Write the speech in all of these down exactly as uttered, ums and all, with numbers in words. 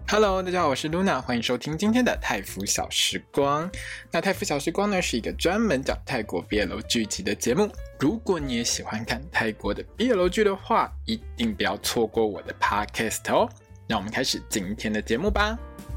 Hello， 大家好，我是 Luna， 欢迎收听今天的泰服小时光。那泰服小时光呢，是一个专门讲泰国 B L 剧集的节目。如果你也喜欢看泰国的 B L 剧的话，一定不要错过我的 Podcast 哦。那我们开始今天的节目吧。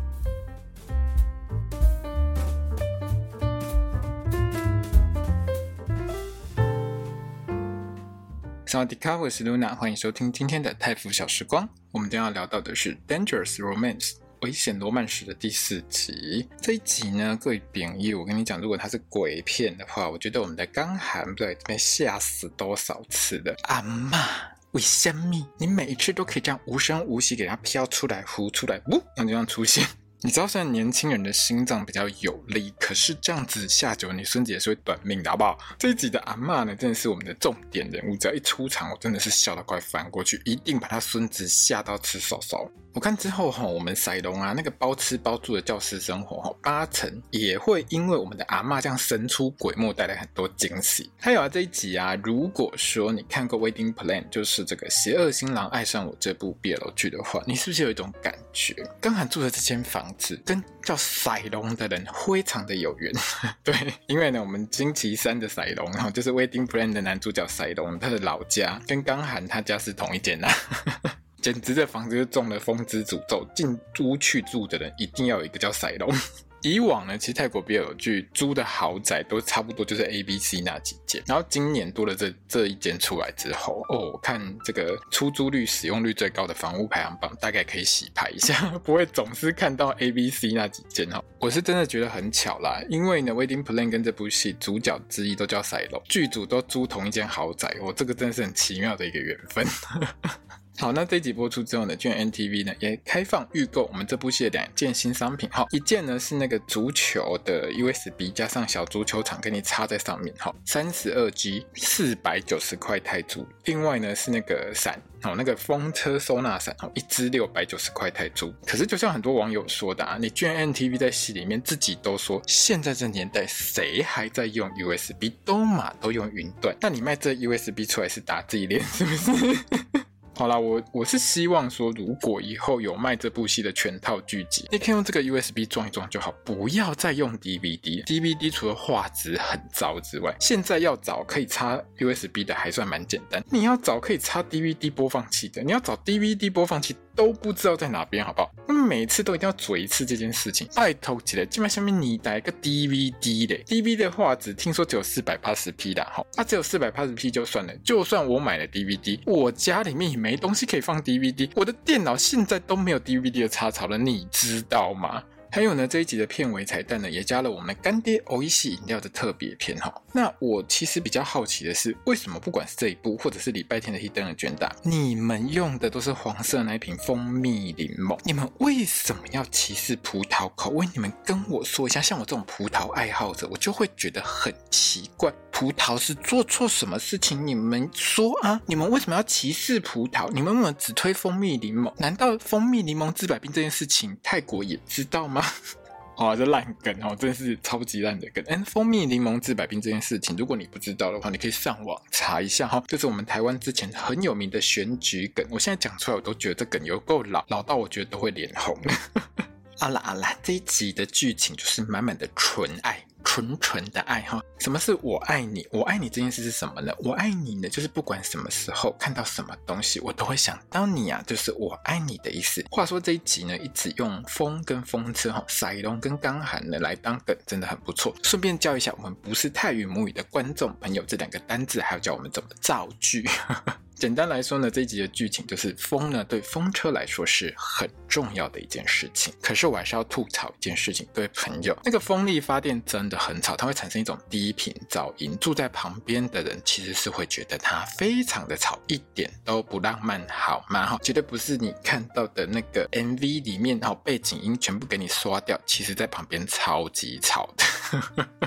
萨瓦迪卡，我是 Luna， 欢迎收听今天的泰服小时光。我们今天要聊到的是 Dangerous Romance 危险罗曼史的第四集。这一集呢，各位朋友，我跟你讲，如果它是鬼片的话，我觉得我们的刚涵不知道这边吓死多少次了。阿嬷，为什么你每一次都可以这样无声无息给它飘出来、呼出来，呜，然后就这样出现？你知道现在年轻人的心脏比较有力，可是这样子下久你孙子也是会短命的，好不好？这一集的阿嬷呢，真的是我们的重点人物，只要一出场我真的是笑到快翻过去，一定把他孙子吓到吃手手。我看之后我们塞隆啊那个包吃包住的教师生活八成也会因为我们的阿嬷这样神出鬼没带来很多惊喜。还有啊，这一集啊，如果说你看过 Wedding Plan 就是这个邪恶新郎爱上我这部 B L 剧的话，你是不是有一种感觉刚涵住的这间房子跟叫塞隆的人非常的有缘对，因为呢我们惊奇三的塞隆就是 Wedding Plan 的男主角塞隆，他的老家跟刚涵他家是同一间啊简直这房子就中了风之诅咒，进租去住的人一定要有一个叫塞隆。以往呢，其实泰国 B L 剧租的豪宅都差不多就是 A B C 那几间，然后今年多了这这一间出来之后，哦，我看这个出租率使用率最高的房屋排行榜，大概可以洗牌一下，不会总是看到 A B C 那几间哈。我是真的觉得很巧啦，因为呢 Wedding Plan 跟这部戏主角之一都叫塞隆，剧组都租同一间豪宅，哦，这个真的是很奇妙的一个缘分。好，那这一集播出之后呢，居然 N T V 呢也开放预购我们这部戏的两件新商品。好，一件呢是那个足球的 U S B 加上小足球场给你插在上面，好 三十二 G 四百九十块泰铢。另外呢是那个伞，好，那个风车收纳伞，好，一支六百九十块泰铢。可是就像很多网友说的啊，你居然 N T V 在戏里面自己都说，现在这年代谁还在用 U S B， 都嘛都用云端，那你卖这 U S B 出来是打自己脸是不是？好啦，我我是希望说，如果以后有卖这部戏的全套剧集，你可以用这个 U S B 装一装就好，不要再用 D V D。D V D 除了画质很糟之外，现在要找可以插 U S B 的还算蛮简单。你要找可以插 D V D 播放器的，你要找 D V D 播放器都不知道在哪边，好不好？每次都一定要嘴一次这件事情，拜托起来，基本上面你带个 D V D 嘞 ，D V D 的画质听说只有 四百八十 P 啦，好，啊只有 四百八十 P 就算了，就算我买了 D V D， 我家里面也没东西可以放 D V D， 我的电脑现在都没有 D V D 的插槽了，你知道吗？还有呢，这一集的片尾彩蛋呢，也加了我们干爹欧伊系饮料的特别篇哈。那我其实比较好奇的是，为什么不管是这一部，或者是礼拜天的 Hidden Agenda， 你们用的都是黄色那一瓶蜂蜜柠檬，你们为什么要歧视葡萄口味？你们跟我说一下，像我这种葡萄爱好者，我就会觉得很奇怪。葡萄是做错什么事情？你们说啊，你们为什么要歧视葡萄？你们为什么只推蜂蜜柠檬？难道蜂蜜柠檬治百病这件事情泰国也知道吗？哦，这烂梗哦，真的是超级烂的梗。嗯，蜂蜜柠檬治百病这件事情，如果你不知道的话，你可以上网查一下哈。这是我们台湾之前很有名的选举梗，我现在讲出来我都觉得这梗有够老，老到我觉得都会脸红。啊啦啊啦，这一集的剧情就是满满的纯爱。纯纯的爱哈，什么是我爱你？我爱你这件事是什么呢？我爱你呢，就是不管什么时候看到什么东西，我都会想到你啊，就是我爱你的意思。话说这一集呢，一直用风跟风车哈，塞隆跟刚涵呢来当梗，真的很不错。顺便教一下我们不是泰语母语的观众朋友这两个单字，还要教我们怎么造句。简单来说呢，这一集的剧情就是风呢对风车来说是很重要的一件事情。可是我还是要吐槽一件事情，各位朋友，那个风力发电真的很吵，它会产生一种低频噪音，住在旁边的人其实是会觉得它非常的吵，一点都不浪漫，好吗？绝对不是你看到的那个 M V 里面背景音全部给你刷掉，其实在旁边超级吵的。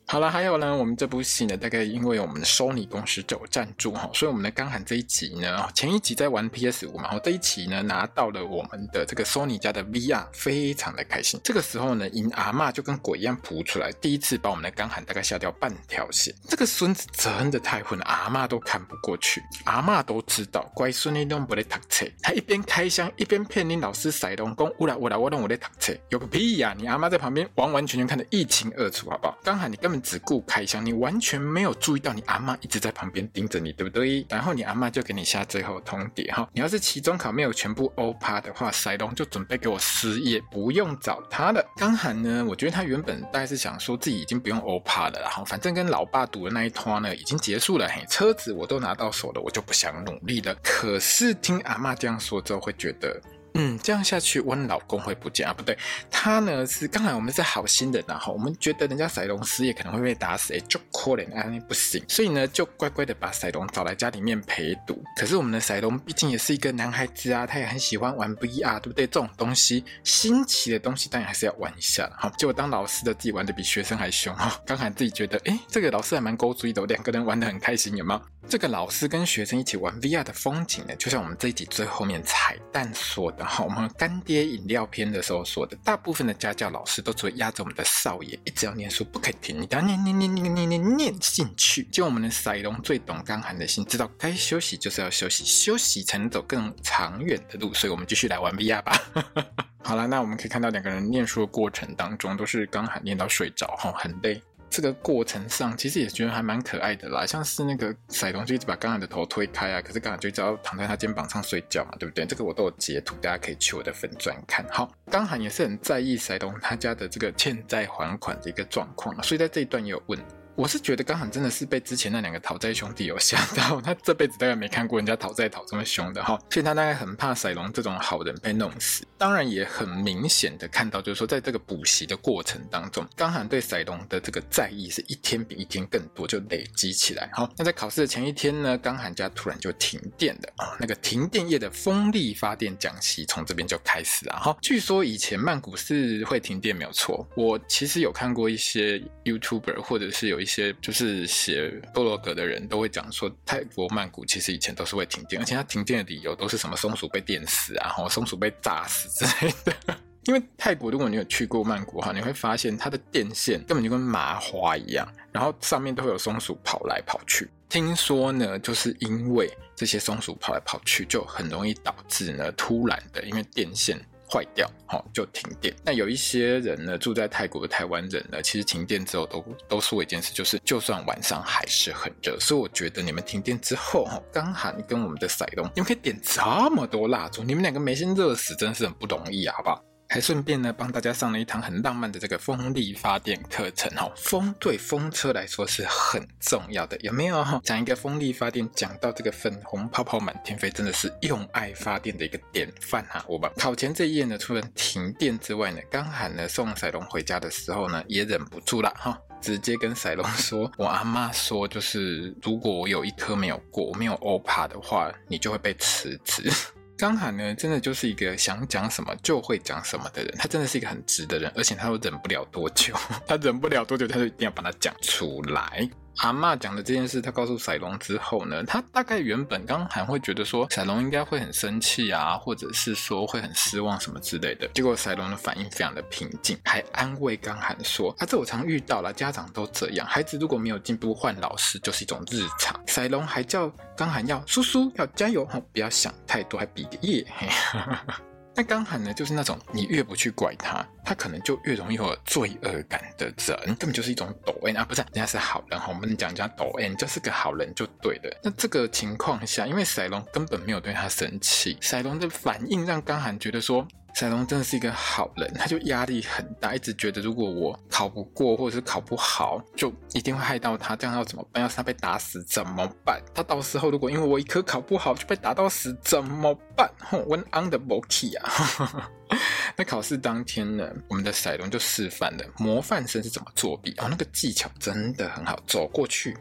好了，还有呢，我们这部戏呢，大概因为我们的 Sony 公司就有赞助，所以我们的刚喊这一集呢，前一集在玩 P S 五 嘛，然后这一期呢拿到了我们的这个 Sony 家的 V R， 非常的开心。这个时候呢，银阿嬷就跟鬼一样扑出来，第一次把我们的刚喊大概下掉半条线。这个孙子真的太混了，阿嬷都看不过去，阿嬷都知道乖孙你都不在读册，他一边开箱一边骗你老师塞龙讲，我来我来我让我在读册，有个屁呀、啊！你阿嬷在旁边完完全全看得一清二楚，好不好？刚喊你根本只顾开箱，你完全没有注意到你阿嬷一直在旁边盯着你，对不对？然后你阿嬷就给你下最后通牒哈，你要是期中考没有全部欧趴的话，塞龙就准备给我失业，不用找他了。刚喊呢，我觉得他原本大概是想说自己已经不用欧趴了啦，反正跟老爸赌的那一拖呢已经结束了，嘿，车子我都拿到手了，我就不想努力了。可是听阿嬷这样说之后，会觉得。嗯，这样下去，我老公会不见啊？不对，他呢是刚才我们是好心人啊，我们觉得人家塞龙失业可能会被打死，哎，就可怜啊，不行，所以呢就乖乖的把塞龙找来家里面陪读。可是我们的塞龙毕竟也是一个男孩子啊，他也很喜欢玩 V R， 对不对？这种东西新奇的东西当然还是要玩一下哈。结果当老师的自己玩的比学生还凶哈，刚才自己觉得，哎，这个老师还蛮勾主意的，两个人玩得很开心，有没有？这个老师跟学生一起玩 V R 的风景呢，就像我们这一集最后面彩蛋说的哈，我们干爹饮料篇的时候说的，大部分的家教老师都只会压着我们的少爷，一直要念书不可以停，你都要念念念念念念念进去。就我们的塞龙最懂刚喊的心，知道该休息就是要休息，休息才能走更长远的路，所以我们继续来玩 V R 吧。好了，那我们可以看到两个人念书的过程当中，都是刚喊念到睡着，很累。这个过程上其实也觉得还蛮可爱的啦，像是那个塞龙就一直把刚喊的头推开啊，可是刚喊就一直要躺在他肩膀上睡觉嘛，对不对？这个我都有截图，大家可以去我的粉专看。好，刚喊也是很在意塞龙他家的这个欠债还款的一个状况，所以在这一段也有问。我是觉得刚喊真的是被之前那两个讨债兄弟有吓到，他这辈子大概没看过人家讨债讨这么凶的哈，所以他大概很怕塞龙这种好人被弄死。当然也很明显的看到，就是说在这个补习的过程当中，刚喊对塞龙的这个在意是一天比一天更多，就累积起来。好，那在考试的前一天呢，刚喊家突然就停电了、哦、那个停电业的风力发电讲习从这边就开始了哈。据说以前曼谷是会停电没有错，我其实有看过一些 YouTuber 或者是有一些一些就是写部落格的人都会讲说，泰国曼谷其实以前都是会停电，而且它停电的理由都是什么松鼠被电死啊，松鼠被炸死之类的。因为泰国如果你有去过曼谷，你会发现它的电线根本就跟麻花一样，然后上面都会有松鼠跑来跑去。听说呢，就是因为这些松鼠跑来跑去，就很容易导致呢突然的因为电线坏掉、哦、就停电。那有一些人呢，住在泰国的台湾人呢，其实停电之后都都说一件事，就是就算晚上还是很热。所以我觉得你们停电之后，刚喊跟我们的塞龙，你们可以点这么多蜡烛，你们两个没先热死，真的是很不容易啊，好不好？还顺便呢帮大家上了一堂很浪漫的这个风力发电课程、哦、风对风车来说是很重要的，有没有、哦、讲一个风力发电讲到这个粉红泡泡满天飞，真的是用爱发电的一个典范啊！我吧考前这一页呢，除了停电之外呢，刚喊呢送塞龙回家的时候呢，也忍不住啦哈、哦，直接跟塞龙说，我阿嬷说就是如果我有一科没有过，我没有欧趴的话，你就会被辞职。刚喊呢真的就是一个想讲什么就会讲什么的人，他真的是一个很直的人，而且他又忍不了多久，他忍不了多久他就一定要把它讲出来。阿嬷讲的这件事他告诉塞龙之后呢，他大概原本刚喊会觉得说塞龙应该会很生气啊，或者是说会很失望什么之类的，结果塞龙的反应非常的平静，还安慰刚喊说啊，这我常遇到啦，家长都这样，孩子如果没有进步换老师就是一种日常。塞龙还叫刚喊要叔叔要加油、哦、不要想太多，还比个耶。那刚喊呢就是那种你越不去怪他，他可能就越容易有罪恶感的人，根本就是一种抖 M 啊，不是人家是好人，我们讲人家抖 M 就是个好人就对了。那这个情况下，因为塞龙根本没有对他生气，塞龙的反应让刚喊觉得说塞龙真的是一个好人，他就压力很大，一直觉得如果我考不过或者是考不好就一定会害到他，这样要怎么办？要是他被打死怎么办？他到时候如果因为我一科考不好就被打到死怎么办？我 on the key 啊。那考试当天呢，我们的塞龙就示范了模范生是怎么作弊、哦、那个技巧真的很好，走过去、哦、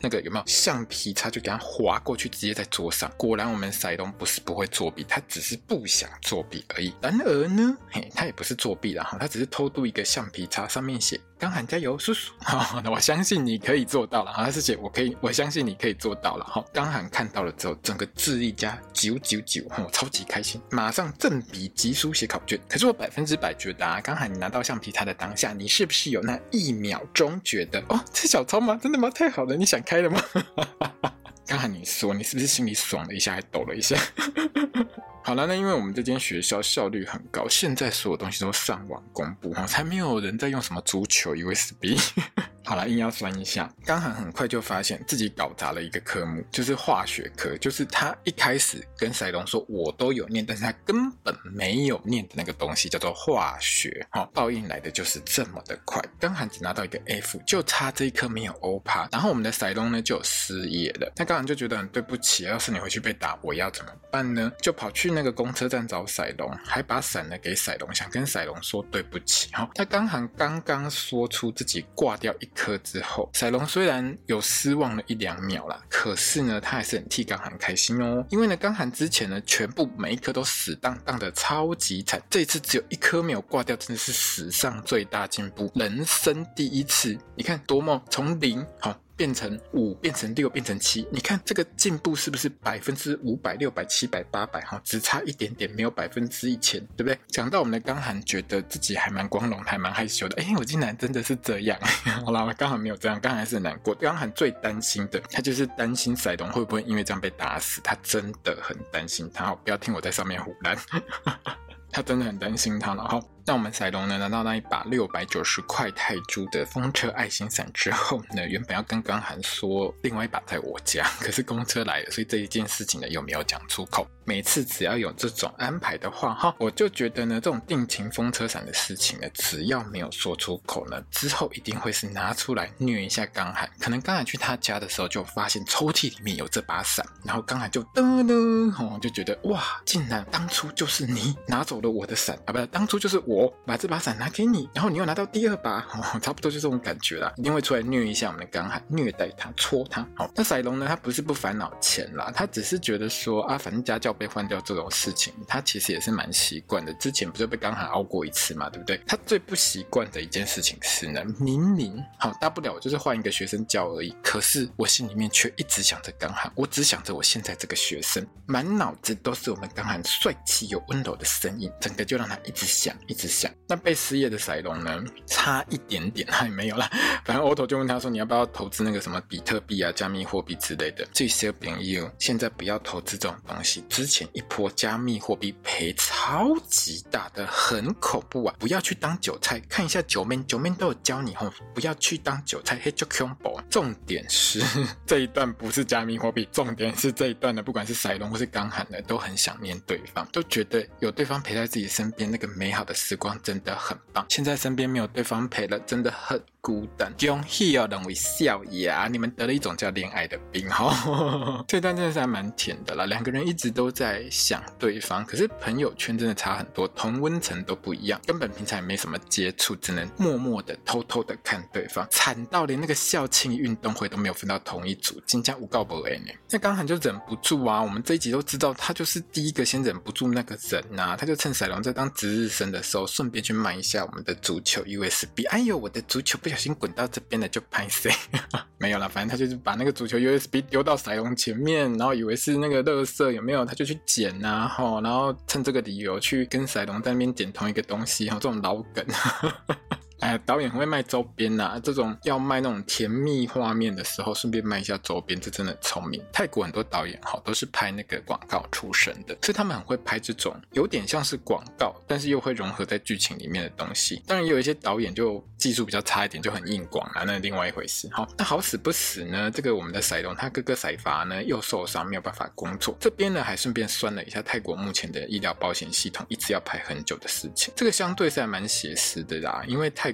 那个有没有橡皮擦就给它划过去，直接在桌上。果然我们塞隆不是不会作弊，他只是不想作弊而已。然而呢，嘿，他也不是作弊啦，他只是偷渡一个橡皮擦，上面写刚喊加油叔叔，我相信你可以做到了，他是写我可以，我相信你可以做到了。刚喊看到了之后，整个智力加九九九，我超级开心，马上正笔疾书写考卷。可是我百分之百觉得啊，刚喊你拿到橡皮擦的当下，你是不是有那一秒钟觉得哦，这小抄吗？真的吗？太好了，你想开了吗？刚喊你说，你是不是心里爽了一下，还抖了一下？好了，那因为我们这间学校效率很高，现在所有东西都上网公布，才没有人在用什么足球 U S B。好了，硬要酸一下，刚涵很快就发现自己搞砸了一个科目，就是化学科，就是他一开始跟塞隆说我都有念，但是他根本没有念的那个东西叫做化学。哦，报应来的就是这么的快，刚涵只拿到一个 F， 就差这一科没有欧趴，然后我们的塞隆呢就有失业了，那刚涵就觉得很对不起，要是你回去被打，我要怎么办呢？就跑去那个公车站找塞隆，还把伞呢给塞隆，想跟塞隆说对不起。哦，他刚涵刚刚说出自己挂掉一科之后，塞隆虽然有失望了一两秒啦，可是呢他还是很替刚涵开心哦，因为呢刚涵之前呢全部每一科都死当当的超级惨，这一次只有一科没有挂掉，真的是史上最大进步，人生第一次，你看多么从零好变成五，变成六，变成七，你看这个进步是不是百分之五百、六百、七百、八百？哈，只差一点点，没有百分之一千，对不对？讲到我们的刚涵，觉得自己还蛮光荣，还蛮害羞的。哎，我竟然真的是这样。好啦，刚涵没有这样，刚涵还是很难过。刚涵最担心的，他就是担心塞隆会不会因为这样被打死，他真的很担心他。不要听我在上面胡乱。他真的很担心他，然后那我们塞隆呢拿到那一把六百九十块泰铢的风车爱心伞之后呢，原本要跟刚涵说另外一把在我家，可是公车来了，所以这一件事情呢又没有讲出口。每次只要有这种安排的话哈，我就觉得呢这种定情风车伞的事情呢，只要没有说出口呢，之后一定会是拿出来虐一下刚涵。可能刚涵去他家的时候就发现抽屉里面有这把伞，然后刚涵就噔噔，哦，就觉得哇，竟然当初就是你拿走了我的伞啊，不是，当初就是我把这把伞拿给你，然后你又拿到第二把，哦，差不多就这种感觉啦，一定会出来虐一下我们的刚涵，虐待他，戳他。好，那塞隆呢，他不是不烦恼钱啦，他只是觉得说啊，反正家教被换掉这种事情，他其实也是蛮习惯的。之前不就被刚涵凹过一次嘛，对不对？他最不习惯的一件事情是呢，明明好大不了我就是换一个学生教而已，可是我心里面却一直想着刚涵，我只想着我现在这个学生，满脑子都是我们刚涵帅气有温柔的声音，整个就让他一直想一直想。那被失业的塞隆呢，差一点点他也没有啦，反正 Otto 就问他说你要不要投资那个什么比特币啊、加密货币之类的。这些朋友现在不要投资这种东西，之前一波加密货币赔超级大的，很恐怖啊，不要去当韭菜。看一下九妹，九妹都有教你吼，不要去当韭菜，嘿就恐怖。重点是这一段不是加密货币，重点是这一段呢，不管是塞隆或是刚涵的，都很想念对方，都觉得有对方陪在自己身边，那个美好的时光真的很棒。现在身边没有对方陪了，真的很孤单。恭喜哦，两位笑呀，你们得了一种叫恋爱的病哈。这段真的是还蛮甜的啦，两个人一直都在想对方，可是朋友圈真的差很多，同温层都不一样，根本平常也没什么接触，只能默默的偷偷的看对方，惨到连那个校庆运动会都没有分到同一组，真的有够没缘呢。那刚涵就忍不住啊，我们这一集都知道他就是第一个先忍不住那个人啊，他就趁塞隆在当值日生的时候，顺便去卖一下我们的足球 U S B。 哎呦，我的足球不小心滚到这边了，就拍谁没有啦，反正他就是把那个足球 U S B 丢到塞隆前面，然后以为是那个垃圾，有没有？他就去捡啊，齁，然后趁这个理由去跟塞隆在那边捡同一个东西，齁，这种老梗哎，导演很会卖周边啦，这种要卖那种甜蜜画面的时候，顺便卖一下周边，这真的很聪明。泰国很多导演好都是拍那个广告出身的，所以他们很会拍这种有点像是广告，但是又会融合在剧情里面的东西。当然也有一些导演就技术比较差一点，就很硬广啦，那是另外一回事。好，那好死不死呢，这个我们的塞隆他哥哥塞伐呢又受伤，没有办法工作。这边呢还顺便酸了一下泰国目前的医疗保险系统一直要排很久的事情，这个相对是还蛮写实的啦，因为泰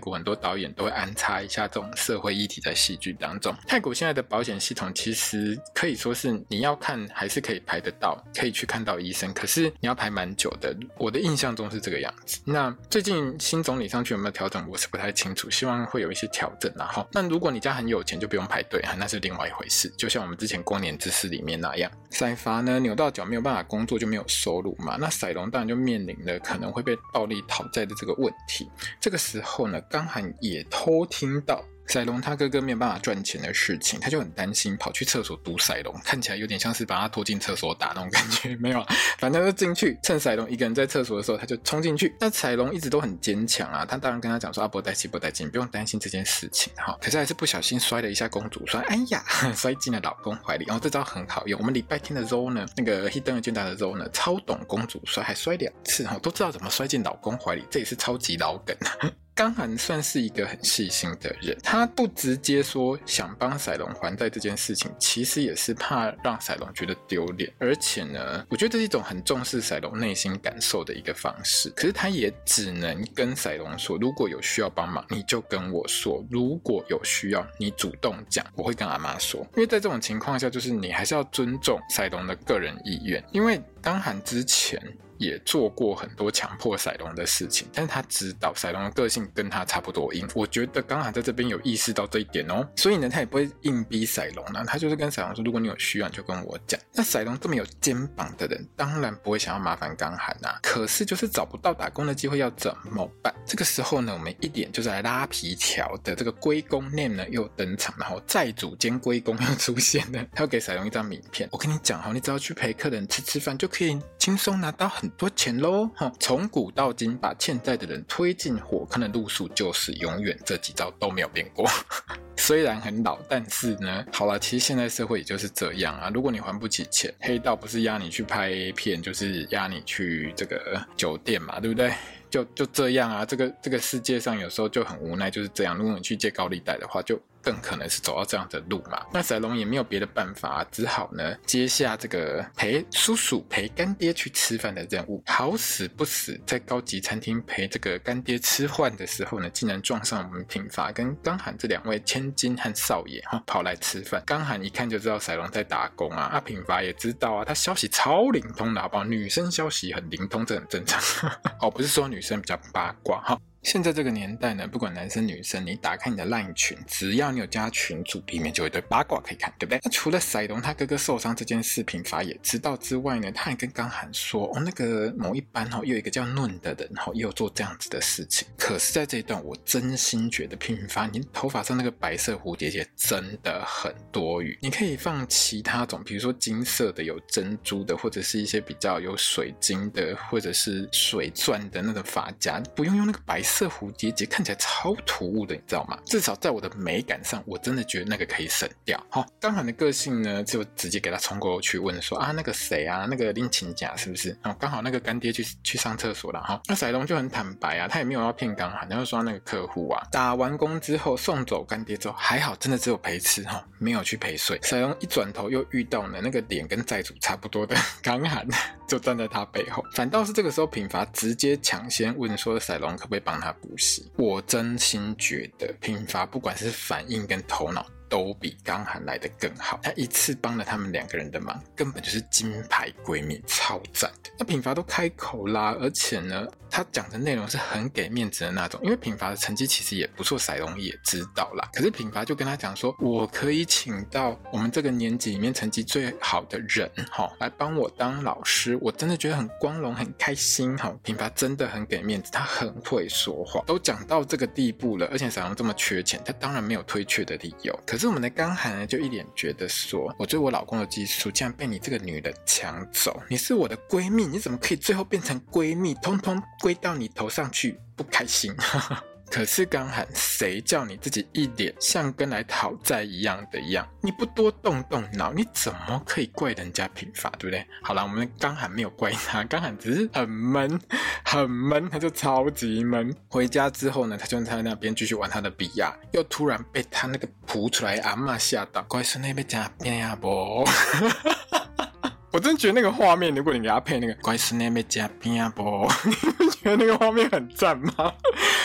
国很多导演都会安插一下这种社会议题在戏剧当中。泰国现在的保险系统其实可以说是你要看还是可以排得到，可以去看到医生，可是你要排蛮久的，我的印象中是这个样子。那最近新总理上去有没有调整我是不太清楚，希望会有一些调整啦齁。那如果你家很有钱就不用排队，那是另外一回事，就像我们之前光年之事里面那样。赛发呢扭到脚没有办法工作就没有收入嘛，那赛龙当然就面临了可能会被暴力讨债的这个问题。这个时候呢，刚涵也偷听到赛龙他哥哥没有办法赚钱的事情，他就很担心，跑去厕所堵赛龙，看起来有点像是把他拖进厕所打那种感觉，没有，反正就进去，趁赛龙一个人在厕所的时候，他就冲进去。那赛龙一直都很坚强啊，他当然跟他讲说啊，不带气不带气，你不用担心这件事情哈。可是还是不小心摔了一下公主摔，哎呀，摔进了老公怀里。然后这招很好用，我们礼拜天的 Zoe 呢，那个 Hidden Agenda 的 Zoe 呢，超懂公主摔，还摔两次哈，都知道怎么摔进老公怀里，这也是超级老梗。刚涵算是一个很细心的人，他不直接说想帮赛龙还债这件事情，其实也是怕让赛龙觉得丢脸，而且呢，我觉得这是一种很重视赛龙内心感受的一个方式。可是他也只能跟赛龙说，如果有需要帮忙你就跟我说，如果有需要你主动讲，我会跟阿妈说。因为在这种情况下，就是你还是要尊重赛龙的个人意愿，因为刚涵之前也做过很多强迫赛龙的事情，但是他知道赛龙的个性跟他差不多硬，我觉得刚涵在这边有意识到这一点哦，所以呢他也不会硬逼赛龙啦，他就是跟赛龙说，如果你有需要你就跟我讲。那赛龙这么有肩膀的人当然不会想要麻烦刚涵啊，可是就是找不到打工的机会要怎么办？这个时候呢，我们一点就是来拉皮条的这个龟公 name 呢又登场，然后债主兼龟公又出现了，他要给赛龙一张名片，我跟你讲齁，你只要去陪客人吃吃饭就可以轻松拿到很多钱咯。从古到今把欠债的人推进火坑的路数就是永远这几招都没有变过。虽然很老，但是呢，好了，其实现在社会也就是这样啊。如果你还不起钱，黑道不是押你去拍 A 片，就是押你去这个酒店嘛，对不对？就就这样啊，这个这个世界上有时候就很无奈，就是这样。如果你去借高利贷的话，就更可能是走到这样的路嘛。那赛龙也没有别的办法、啊，只好呢接下这个陪叔叔陪干爹去吃饭的任务。好死不死，在高级餐厅陪这个干爹吃饭的时候呢，竟然撞上我们品发跟刚涵这两位千金和少爷哈跑来吃饭。刚涵一看就知道赛龙在打工啊，啊品发也知道啊，他消息超灵通的好不好？女生消息很灵通，这很正常。哦，不是说女生比较八卦哈。现在这个年代呢，不管男生女生，你打开你的 LINE 群，只要你有加群组，里面就有一堆八卦可以看，对不对？那除了赛龙他哥哥受伤这件事品发也知道之外呢，他还跟刚涵说，哦，那个某一班哦，又有一个叫嫩的人哦，也有做这样子的事情。可是在这一段，我真心觉得品发你头发上那个白色蝴蝶结真的很多余，你可以放其他种，比如说金色的、有珍珠的，或者是一些比较有水晶的，或者是水钻的那个发夹，不用用那个白色色蝴蝶结，看起来超突兀的，你知道吗？至少在我的美感上，我真的觉得那个可以省掉。好，刚涵的个性呢，就直接给他冲过去问说啊，那个谁啊，那个林琴甲是不是？哦，刚好那个干爹去去上厕所了哈。那赛龙就很坦白啊，他也没有要骗刚涵，他就说那个客户啊，打完工之后送走干爹之后，还好真的只有陪吃哈，没有去陪睡。赛龙一转头又遇到呢那个脸跟债主差不多的刚涵，就站在他背后。反倒是这个时候品发直接抢先问说赛龙可不可以帮他补习。我真心觉得品发不管是反应跟头脑都比刚涵来得更好，他一次帮了他们两个人的忙，根本就是金牌闺蜜，超赞的。那品发都开口啦，而且呢他讲的内容是很给面子的那种，因为品发的成绩其实也不错，赛龙也知道啦。可是品发就跟他讲说，我可以请到我们这个年级里面成绩最好的人齁来帮我当老师，我真的觉得很光荣很开心齁。品发真的很给面子，他很会说话，都讲到这个地步了，而且赛龙这么缺钱，他当然没有推却的理由。可是我们的刚涵呢就一脸觉得说，我追我老公的技术竟然被你这个女人抢走，你是我的闺蜜，你怎么可以最后变成闺蜜，通通归到你头上去，不开心。可是刚涵，谁叫你自己一脸像跟来讨债一样的样，你不多动动脑，你怎么可以怪人家品发，对不对？好啦，我们刚涵没有怪他，刚涵只是很闷很闷，他就超级闷。回家之后呢，他就在那边继续玩他的笔呀，又突然被他那个扑出来的阿嬷吓到，乖孙那边加变呀不我真觉得那个画面，如果你给他配那个乖孙那边加变呀不你不觉得那个画面很赞吗？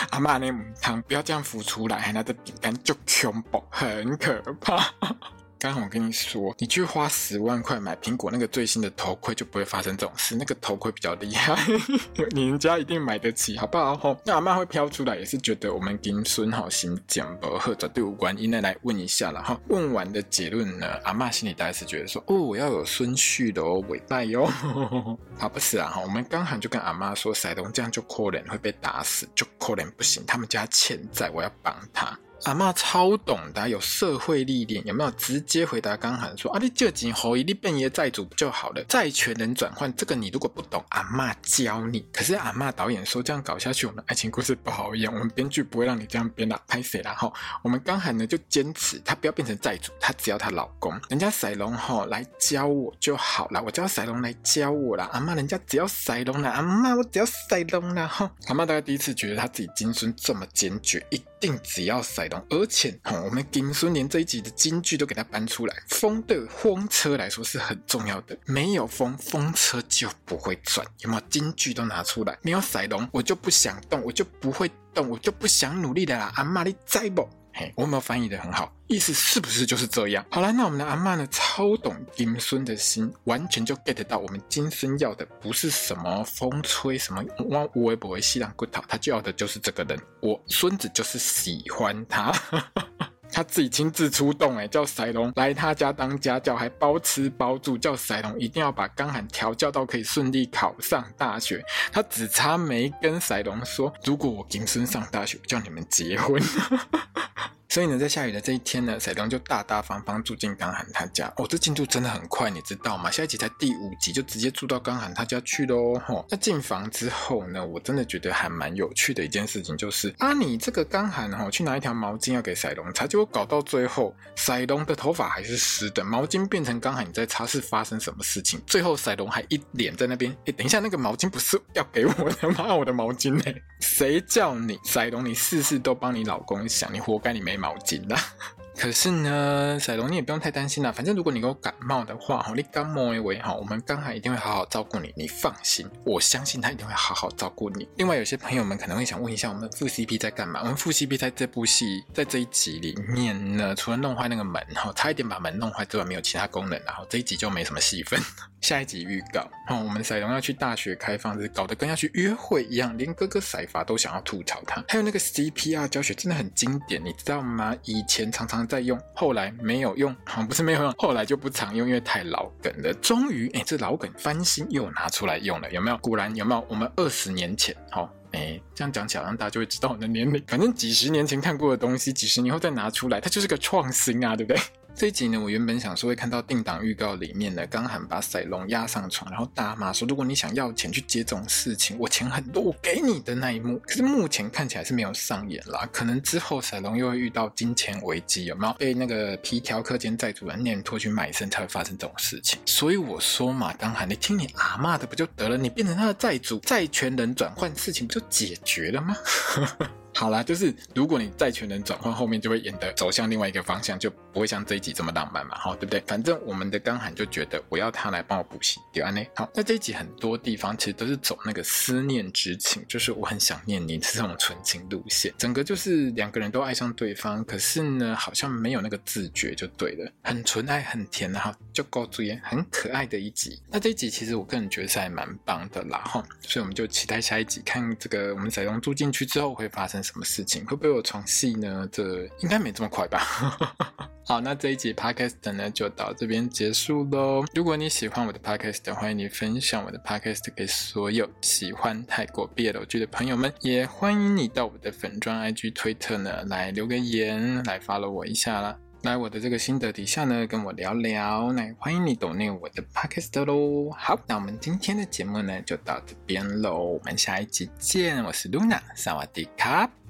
阿嬷那母汤不要这样浮出来，还拿着饼干就恐怖，很可怕。刚刚我跟你说，你去花十万块买苹果那个最新的头盔，就不会发生这种事。那个头盔比较厉害，你人家一定买得起，好不好？那阿嬷会飘出来，也是觉得我们金孙好心讲不好，绝对无关。因为来问一下了哈。问完的结论呢，阿嬷心里大概是觉得说，哦，我要有孙婿的哦，伟大哟。好，不是啊哈，我们刚好就跟阿嬷说，塞东这样就可能会被打死，就可能不行，他们家欠债，我要帮他。阿嬷超懂的，有社会历练，有没有直接回答刚喊说啊，你借钱给他，你变爷债主不就好了？债权人转换这个你如果不懂，阿嬷教你。可是阿嬷导演说这样搞下去，我们爱情故事不好演，我们编剧不会让你这样编啦，拍谁啦齁？我们刚喊呢就坚持她不要变成债主，她只要她老公，人家赛龙齁来教我就好啦，我叫赛龙来教我啦。阿嬷人家只要赛龙啦，阿嬷我只要赛龙啦齁。阿嬷大概第一次觉得她自己金孙这么坚决，一定只要赛龙，而且、哦、我们金孙连这一集的金句都给他搬出来。风对风车来说是很重要的，没有风，风车就不会转。有没有金句都拿出来？没有赛龙，我就不想动，我就不会动，我就不想努力的啦。阿嬷你知不？嘿，我有没有翻译的很好？意思是不是就是这样？好了，那我们的阿嬷呢，超懂金孙的心，完全就 get 到我们金孙要的不是什么风吹什么我我也不会西凉骨头，他就要的就是这个人，我孙子就是喜欢他。他自己亲自出动，欸，叫赛龙来他家当家教，还包吃包住，叫赛龙一定要把刚喊调教到可以顺利考上大学。他只差没跟赛龙说，如果我金孙上大学，我叫你们结婚。所以呢，在下雨的这一天呢，赛龙就大大方方住进刚喊他家。哦，这进度真的很快，你知道吗？下一集才第五集就直接住到刚喊他家去咯。哦，那进房之后呢，我真的觉得还蛮有趣的一件事情，就是啊，你这个刚喊哦，去拿一条毛巾要给赛龙擦，结果搞到最后，赛龙的头发还是湿的，毛巾变成刚喊你在擦，是发生什么事情？最后赛龙还一脸在那边，哎，等一下，那个毛巾不是要给我的吗？我的毛巾呢？谁叫你赛龙？你事事都帮你老公想，你活该你没毛巾啦。可是呢，赛龙你也不用太担心啦，反正如果你有感冒的话，你感冒的话，我们刚好一定会好好照顾你，你放心，我相信他一定会好好照顾你。另外有些朋友们可能会想问一下，我们副 C P 在干嘛？我们副 C P 在这部戏，在这一集里面呢，除了弄坏那个门，差一点把门弄坏之外，没有其他功能，然后这一集就没什么戏份。下一集预告，我们赛龙要去大学开放日，搞得跟要去约会一样，连哥哥赛法都想要吐槽他。还有那个 C P R 教学真的很经典，你知道吗？以前常常在用，后来没有用，不是没有用，后来就不常用，因为太老梗了。终于，哎，这老梗翻新又拿出来用了，有没有？果然有没有？我们二十年前，齁。哎，这样讲起来，让大家就会知道我的年龄。反正几十年前看过的东西，几十年后再拿出来，它就是个创新啊，对不对？这一集呢，我原本想说会看到定档预告里面呢，刚喊把赛龙压上床，然后大骂说，如果你想要钱去接这种事情，我钱很多，我给你的那一幕。可是目前看起来是没有上演啦，可能之后赛龙又会遇到金钱危机，有没有？被那个皮条客兼债主人念拖去卖身才会发生这种事情。所以我说嘛，刚喊你听你阿嬷的不就得了？你变成他的债主，债权人转换，事情不就解决了吗？好啦，就是如果你债权人转换，后面就会演得走向另外一个方向，就不会像这一集这么浪漫嘛，对不对？反正我们的刚喊就觉得我要他来帮我补习，对吧？好，那这一集很多地方其实都是走那个思念之情，就是我很想念你这种纯情路线，整个就是两个人都爱上对方，可是呢好像没有那个自觉就对了，很纯爱很甜啊，就够注意，很可爱的一集。那这一集其实我个人觉得是还蛮棒的啦，所以我们就期待下一集看这个我们赛龙住进去之后会发生什么事情，会不会有床戏呢？这应该没这么快吧。好，那这一集 podcast 呢就到这边结束咯。如果你喜欢我的 podcast， 欢迎你分享我的 podcast 给所有喜欢泰国 B L 剧的朋友们，也欢迎你到我的粉专 I G 推特呢来留个言，来 follow 我一下啦，来我的这个心得底下呢跟我聊聊，那欢迎你donate我的 podcast 咯。好，那我们今天的节目呢就到这边咯，我们下一集见，我是 Luna， 萨瓦迪卡。